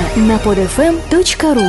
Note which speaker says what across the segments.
Speaker 1: на podfm.ru.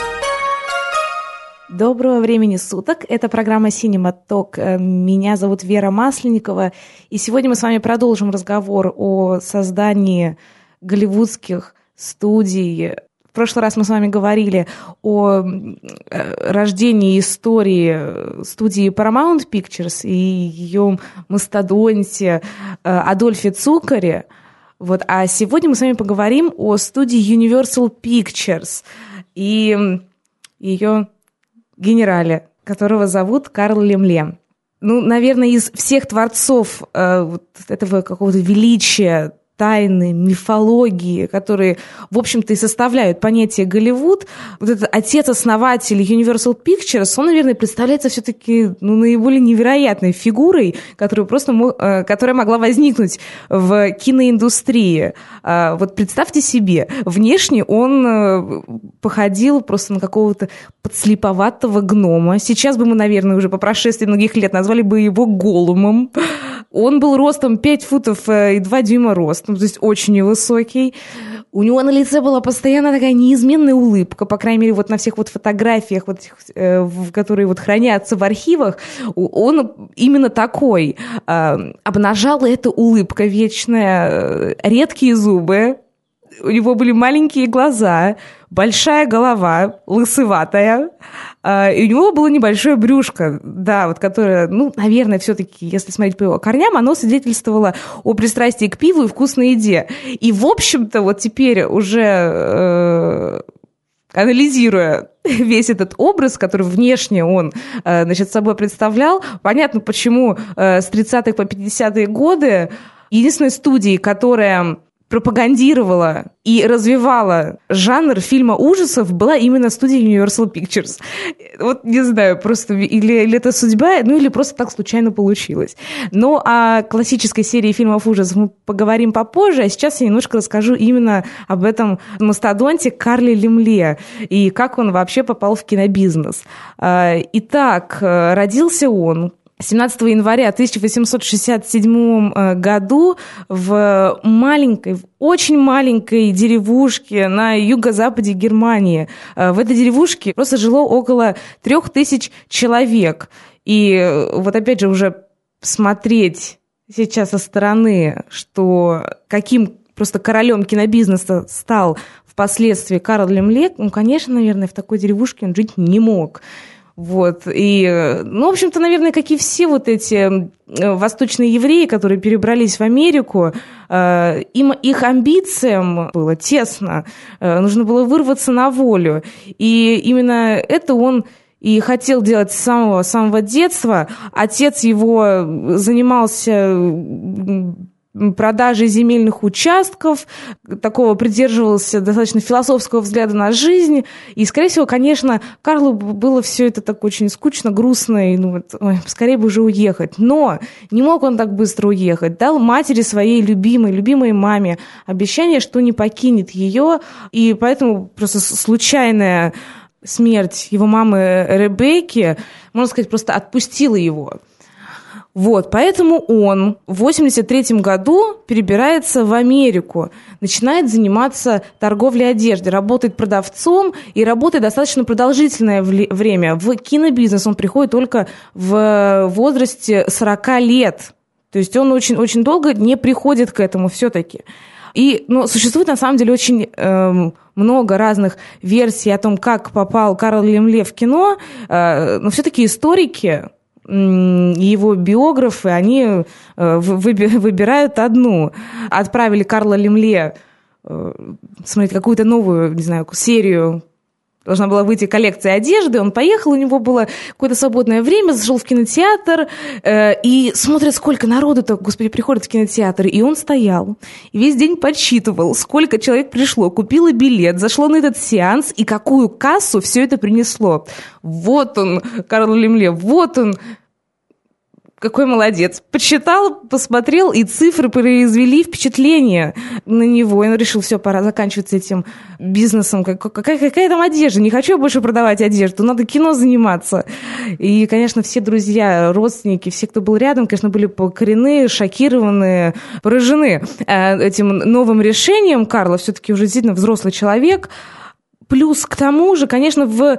Speaker 2: Доброго времени суток. Это программа «Cinema Talk». Меня зовут Вера Масленникова. И сегодня мы с вами продолжим разговор о создании голливудских студий. В прошлый раз мы с вами говорили о рождении истории студии Paramount Pictures и ее мастодонте Адольфе Цукоре. Вот. А сегодня мы с вами поговорим о студии Universal Pictures и ее генерале, которого зовут Карл Лемле. Ну, наверное, из всех творцов вот этого какого-то величия, тайны, мифологии, которые, в общем-то, и составляют понятие Голливуд, вот этот отец-основатель Universal Pictures, он, наверное, представляется все-таки наиболее невероятной фигурой, которая могла возникнуть в киноиндустрии. Вот представьте себе, внешне он походил просто на какого-то подслеповатого гнома. Сейчас бы мы, наверное, уже по прошествии многих лет назвали бы его Голлумом. Он был ростом 5 футов и 2 дюйма ростом, то есть очень невысокий. У него на лице была постоянно такая неизменная улыбка, по крайней мере, вот на всех вот фотографиях, вот, которые вот хранятся в архивах, он именно такой. Обнажала эта улыбка вечная, редкие зубы, у него были маленькие глаза, большая голова, лысоватая, и у него было небольшое брюшко, да, вот которое, наверное, все-таки, если смотреть по его корням, оно свидетельствовало о пристрастии к пиву и вкусной еде. И, в общем-то, вот теперь уже анализируя весь этот образ, который внешне он, собой представлял, понятно, почему с 30-х по 50-е годы единственной студией, которая пропагандировала и развивала жанр фильма ужасов, была именно студия Universal Pictures. Вот не знаю, просто или это судьба, или просто так случайно получилось. Но о классической серии фильмов ужасов мы поговорим попозже, а сейчас я немножко расскажу именно об этом мастодонте Карле Лемле и как он вообще попал в кинобизнес. Итак, родился он 17 января 1867 году в очень маленькой деревушке на юго-западе Германии. В этой деревушке просто жило около 3000 человек. И вот опять же уже смотреть сейчас со стороны, что каким просто королем кинобизнеса стал впоследствии Карл Лемле, конечно, наверное, в такой деревушке он жить не мог. Вот, и, в общем-то, наверное, как и все вот эти восточные евреи, которые перебрались в Америку, их амбициям было тесно, нужно было вырваться на волю, и именно это он и хотел делать с самого детства. Отец его занимался продажей земельных участков, такого придерживался достаточно философского взгляда на жизнь. И, скорее всего, конечно, Карлу было все это так очень скучно, грустно, и скорее бы уже уехать. Но не мог он так быстро уехать. Дал матери своей любимой маме обещание, что не покинет ее, и поэтому просто случайная смерть его мамы Ребекки, можно сказать, просто отпустила его. Вот, поэтому он в 1983 году перебирается в Америку, начинает заниматься торговлей одеждой, работает продавцом и работает достаточно продолжительное время. В кинобизнес он приходит только в возрасте 40 лет. То есть он очень долго не приходит к этому все-таки. И существует, на самом деле, очень много разных версий о том, как попал Карл Лемле в кино, но все-таки историки, его биографы, они выбирают одну. Отправили Карла Лемле смотреть какую-то новую, не знаю, серию. Должна была выйти коллекция одежды, он поехал, у него было какое-то свободное время, зашел в кинотеатр и смотрит, сколько народу-то, господи, приходит в кинотеатр. И он стоял, и весь день подсчитывал, сколько человек пришло, купило билет, зашло на этот сеанс, и какую кассу все это принесло. Вот он, Карл Лемле, вот он, какой молодец. Почитал, посмотрел, и цифры произвели впечатление на него. И он решил, все, пора заканчивать с этим бизнесом. Какая там одежда? Не хочу я больше продавать одежду, надо кино заниматься. И, конечно, все друзья, родственники, все, кто был рядом, конечно, были покорены, шокированы, поражены этим новым решением. Карло все-таки уже действительно взрослый человек. Плюс к тому же, конечно, в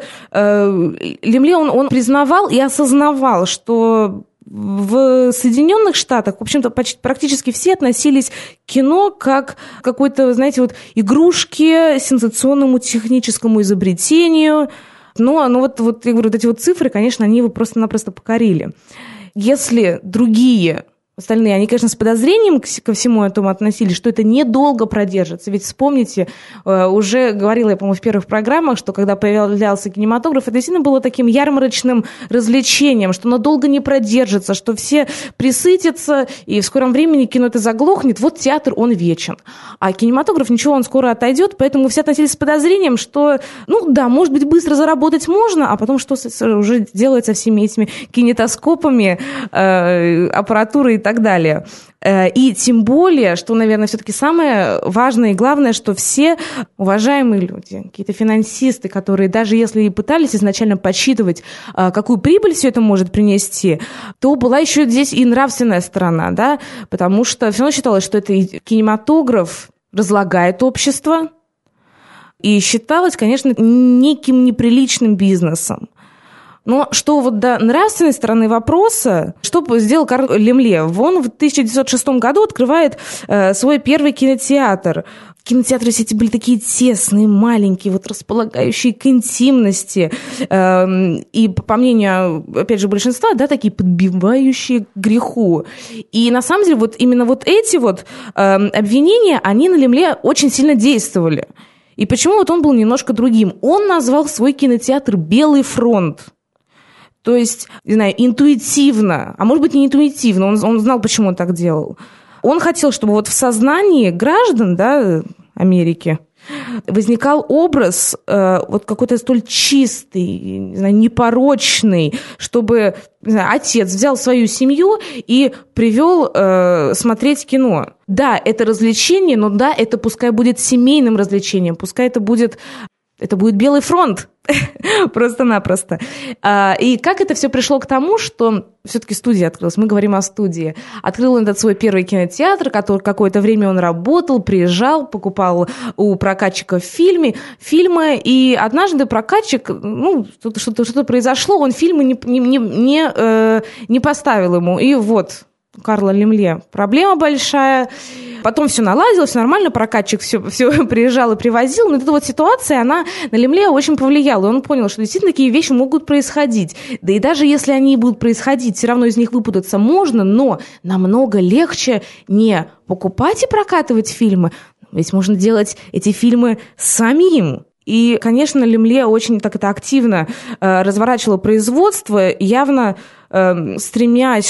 Speaker 2: Лемле он признавал и осознавал, что в Соединенных Штатах, в общем-то, практически все относились к кино как к какой-то, знаете, вот игрушке, сенсационному техническому изобретению. Но вот я говорю, вот эти вот цифры, конечно, они его просто-напросто покорили. Если другие остальные, они, конечно, с подозрением ко всему этому относились, что это недолго продержится. Ведь вспомните, уже говорила я, по-моему, в первых программах, что когда появлялся кинематограф, это действительно было таким ярмарочным развлечением, что оно долго не продержится, что все присытятся, и в скором времени кино это заглохнет. Вот театр, он вечен. А кинематограф, ничего, он скоро отойдет, поэтому все относились с подозрением, что, ну да, может быть, быстро заработать можно, а потом что уже делать со всеми этими кинетоскопами, аппаратурой и так далее. И тем более, что, наверное, все-таки самое важное и главное, что все уважаемые люди, какие-то финансисты, которые даже если и пытались изначально подсчитывать, какую прибыль все это может принести, то была еще здесь и нравственная сторона, да, потому что все равно считалось, что это кинематограф разлагает общество, и считалось, конечно, неким неприличным бизнесом. Но что вот до нравственной стороны вопроса, что сделал Карл Лемле? Он в 1906 году открывает свой первый кинотеатр. Кинотеатры все эти были такие тесные, маленькие, вот располагающие к интимности. И, по мнению, опять же, большинства, да, такие подбивающие к греху. И, на самом деле, вот именно вот эти вот обвинения, они на Лемле очень сильно действовали. И почему вот он был немножко другим? Он назвал свой кинотеатр «Белый фронт». То есть, не знаю, интуитивно, а может быть, не интуитивно, он знал, почему он так делал. Он хотел, чтобы вот в сознании граждан, да, Америки возникал образ вот какой-то столь чистый, не знаю, непорочный, чтобы, не знаю, отец взял свою семью и привел смотреть кино. Да, это развлечение, но да, это пускай будет семейным развлечением, пускай это будет «Белый фронт», просто-напросто. И как это все пришло к тому, что все-таки студия открылась, мы говорим о студии. Открыл он этот свой первый кинотеатр, который какое-то время он работал, приезжал, покупал у прокатчиков фильмы, и однажды прокатчик, ну, что-то произошло, он фильмы не поставил ему, и вот... Карло Лемле проблема большая. Потом все наладилось, все нормально, прокатчик все приезжал и привозил. Но эта вот ситуация, она на Лемле очень повлияла. И он понял, что действительно такие вещи могут происходить. Да и даже если они будут происходить, все равно из них выпутаться можно, но намного легче не покупать и прокатывать фильмы, ведь можно делать эти фильмы самим. И, конечно, Лемле очень так это активно разворачивало производство, явно стремясь,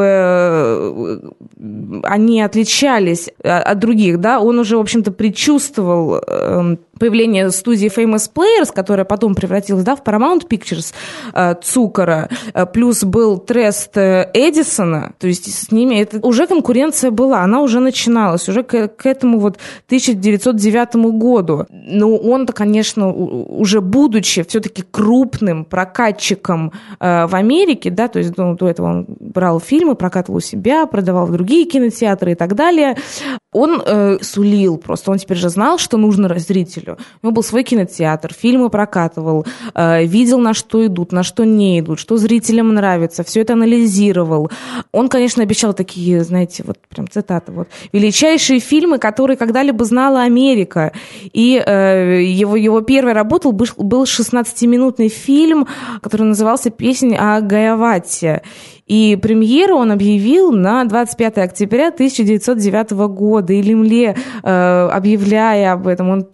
Speaker 2: чтобы они отличались от других, да, он уже, в общем-то, предчувствовал появление студии Famous Players, которая потом превратилась, да, в Paramount Pictures Цукора, плюс был Трест Эдисона, то есть с ними это уже конкуренция была, она уже начиналась, уже к этому вот 1909 году. Но он-то, конечно, уже будучи все-таки крупным прокатчиком в Америке, да, то есть до этого он брал фильмы, прокатывал у себя, продавал в другие кинотеатры и так далее. Он сулил просто, он теперь же знал, что нужно зрителю. У него был свой кинотеатр, фильмы прокатывал, видел, на что идут, на что не идут, что зрителям нравится, все это анализировал. Он, конечно, обещал такие, знаете, вот прям цитаты, вот, величайшие фильмы, которые когда-либо знала Америка. И его первой работой был 16-минутный фильм, который назывался «Песнь о Гайавате». И премьеру он объявил на 25 октября 1909 года. И Лемле, объявляя об этом, он писал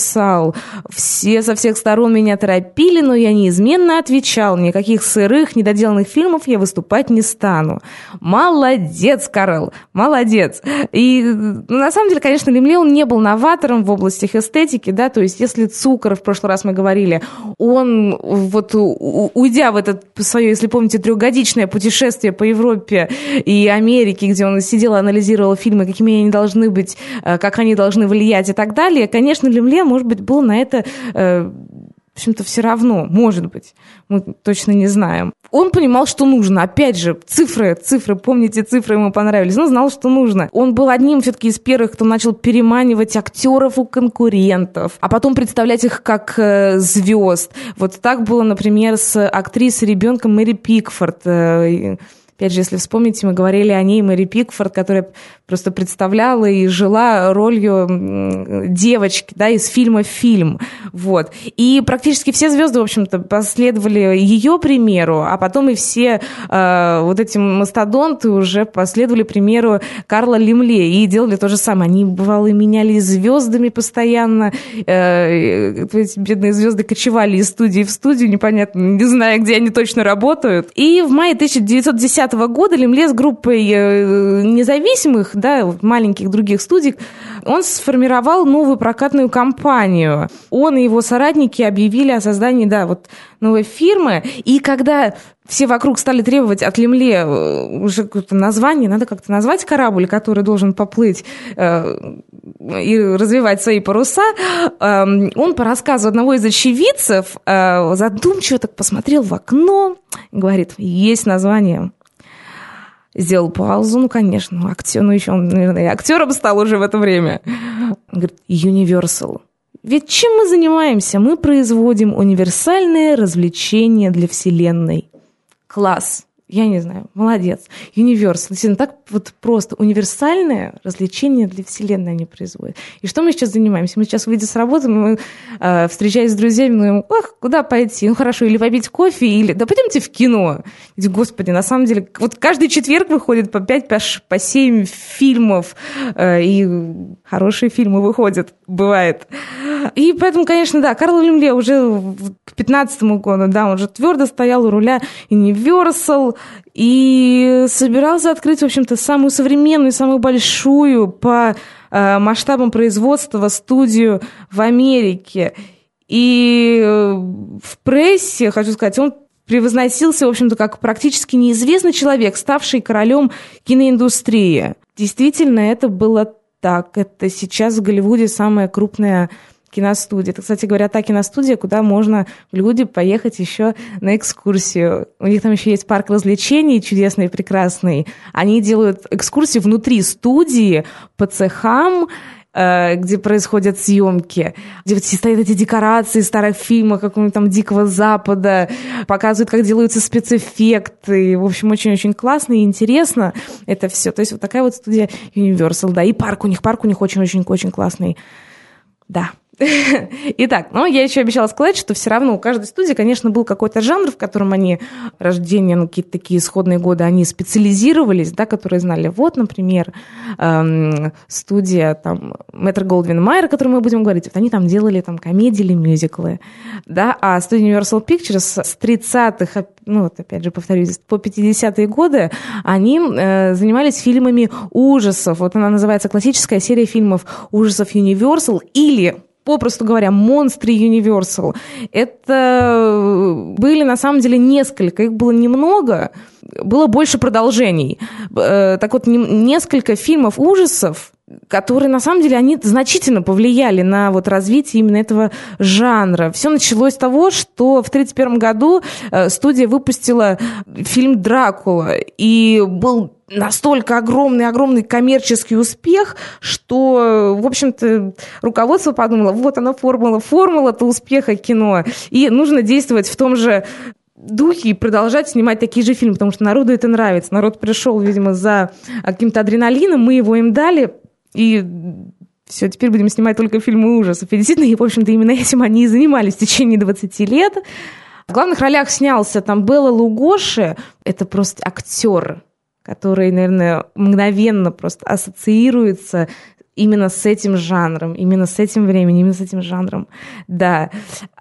Speaker 2: писал. Все со всех сторон меня торопили, но я неизменно отвечал: никаких сырых, недоделанных фильмов я выступать не стану. Молодец, Карл, молодец. И на самом деле, конечно, Лемле, он не был новатором в области эстетики, да, то есть если Цукор, в прошлый раз мы говорили, он вот уйдя в это свое, если помните, трехгодичное путешествие по Европе и Америке, где он сидел и анализировал фильмы, какими они должны быть, как они должны влиять и так далее, конечно, Лемле, может быть, был на это, в общем-то, все равно, может быть, мы точно не знаем. Он понимал, что нужно. Опять же, цифры, помните, цифры ему понравились. Он знал, что нужно. Он был одним все-таки из первых, кто начал переманивать актеров у конкурентов, а потом представлять их как звезд. Вот так было, например, с актрисой ребенком Мэри Пикфорд. Опять же, если вспомните, мы говорили о ней, Мэри Пикфорд, которая просто представляла и жила ролью девочки, да, из фильма в фильм. Вот. И практически все звезды, в общем-то, последовали ее примеру, а потом и все вот эти мастодонты уже последовали примеру Карла Лемле и делали то же самое. Они, бывало, и менялись звездами постоянно. Эти бедные звезды кочевали из студии в студию, непонятно, не зная, где они точно работают. И в мае 1910 года Лемле с группой независимых, да, маленьких других студий, он сформировал новую прокатную компанию. Он и его соратники объявили о создании, да, вот новой фирмы. И когда все вокруг стали требовать от Лемле уже какое-то название, надо как-то назвать корабль, который должен поплыть и развивать свои паруса, он по рассказу одного из очевидцев задумчиво так посмотрел в окно и говорит: есть название. Сделал паузу, ну, конечно, актер, ну, еще он, наверное, актером стал уже в это время. Он говорит: Universal. Ведь чем мы занимаемся? Мы производим универсальное развлечение для Вселенной. Класс. Я не знаю, молодец. Universal. Действительно, так вот просто. Универсальное развлечение для Вселенной они производят. И что мы сейчас занимаемся? Мы сейчас, выйдя с работы, мы, встречаясь с друзьями, мы говорим: ах, куда пойти? Ну, хорошо, или попить кофе, или да пойдемте в кино. Ведь, господи, на самом деле, вот каждый четверг выходит по 5, по 7 фильмов, и хорошие фильмы выходят, бывает. И поэтому, конечно, да, Карл Лемле уже к 2015 году, да, он уже твердо стоял у руля Universal и собирался открыть, в общем-то, самую современную, самую большую по масштабам производства студию в Америке. И в прессе, хочу сказать, он превозносился, в общем-то, как практически неизвестный человек, ставший королем киноиндустрии. Действительно, это было так. Это сейчас в Голливуде самая крупная киностудия. Это, кстати говоря, та киностудия, куда можно в Голливуде поехать еще на экскурсию. У них там еще есть парк развлечений чудесный и прекрасный. Они делают экскурсии внутри студии, по цехам, где происходят съемки, где стоят эти декорации старых фильмов, какого-нибудь там Дикого Запада, показывают, как делаются спецэффекты. В общем, очень-очень классно и интересно это все. То есть вот такая вот студия Universal, да, и парк у них очень-очень-очень классный. Да. Итак, но я еще обещала сказать, что все равно у каждой студии, конечно, был какой-то жанр, в котором они, рождение, ну, какие-то такие исходные годы, они специализировались, да, которые знали. Вот, например, студия там Метро-Голдвин-Майер, о которой мы будем говорить, вот они там делали там комедии или мюзиклы, да, а студия Universal Pictures с 30-х, ну, вот опять же повторюсь, по 50-е годы они занимались фильмами ужасов. Вот она называется классическая серия фильмов ужасов Universal, или, попросту говоря, монстры Universal. Это были, на самом деле, несколько, их было немного, было больше продолжений. Так вот, несколько фильмов ужасов, которые, на самом деле, они значительно повлияли на вот развитие именно этого жанра. Все началось с того, что в 1931 году студия выпустила фильм «Дракула», и был настолько огромный коммерческий успех, что, в общем-то, руководство подумало: вот она формула-то успеха кино, и нужно действовать в том же духе и продолжать снимать такие же фильмы, потому что народу это нравится. Народ пришел, видимо, за каким-то адреналином, мы его им дали, и все, теперь будем снимать только фильмы ужасов. И действительно, и, в общем-то, именно этим они и занимались в течение 20 лет. В главных ролях снялся там Белла Лугоши, это просто актер, который, наверное, мгновенно просто ассоциируется именно с этим жанром, именно с этим временем, именно с этим жанром, да.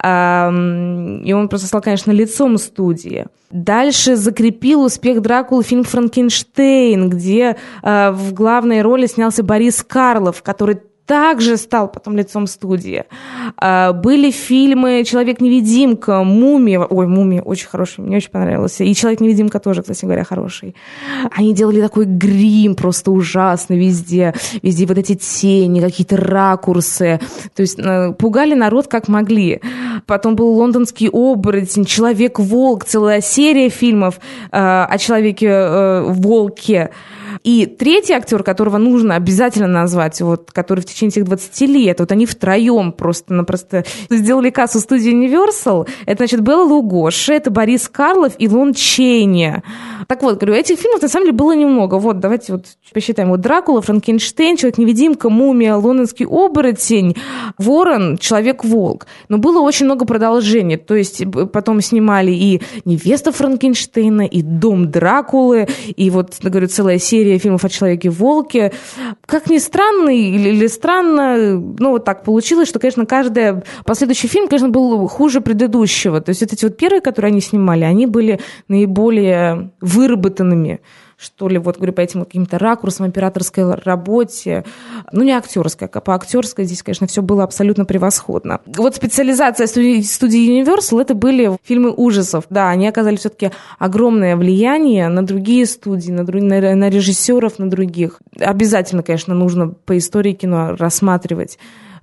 Speaker 2: И он просто стал, конечно, лицом студии. Дальше закрепил успех Дракулы фильм «Франкенштейн», где в главной роли снялся Борис Карлов, который также стал потом лицом студии. Были фильмы «Человек-невидимка», «Мумия». Ой, «Мумия» очень хороший, мне очень понравился. И «Человек-невидимка» тоже, кстати говоря, хороший. Они делали такой грим просто ужасный везде. Везде вот эти тени, какие-то ракурсы. То есть пугали народ как могли. Потом был «Лондонский оборотень», «Человек-волк», целая серия фильмов о Человеке-волке. И третий актер, которого нужно обязательно назвать, вот, который в течение этих 20 лет, вот они втроем просто-напросто сделали кассу студии Universal. Это, значит, Белла Лугоши, это Борис Карлов и Лон Чейни. Так вот, говорю, этих фильмов на самом деле было немного. Вот, давайте вот посчитаем. Вот «Дракула», «Франкенштейн», «Человек-невидимка», «Мумия», «Лондонский оборотень», «Ворон», «Человек-волк». Но было очень много продолжений. То есть потом снимали и «Невеста Франкенштейна», и «Дом Дракулы», и вот, говорю, целая серия фильмов о Человеке-волке. Как ни странно или странно, ну, вот так получилось, что, конечно, каждый последующий фильм, конечно, был хуже предыдущего. То есть эти вот первые, которые они снимали, они были наиболее выработанными, что ли, вот, говорю, по этим каким-то ракурсам, операторской работе. Ну, не актерской, а по актерской здесь, конечно, все было абсолютно превосходно. Вот специализация студии Universal — это были фильмы ужасов. Да, они оказали все-таки огромное влияние на другие студии, на режиссеров, на других. Обязательно, конечно, нужно по истории кино рассматривать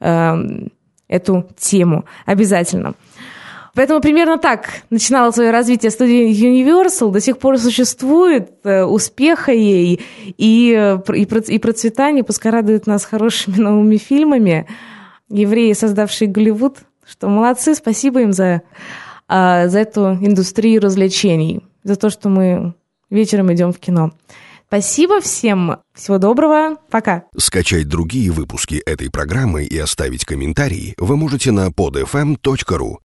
Speaker 2: эту тему. Обязательно. Поэтому примерно так начинала свое развитие студия Universal, до сих пор существует, успеха ей и процветания, пускай радует нас хорошими новыми фильмами. Евреи, создавшие Голливуд, что молодцы, спасибо им за эту индустрию развлечений, за то, что мы вечером идем в кино. Спасибо всем, всего доброго, пока.
Speaker 3: Скачать другие выпуски этой программы и оставить комментарии вы можете на podfm.ru.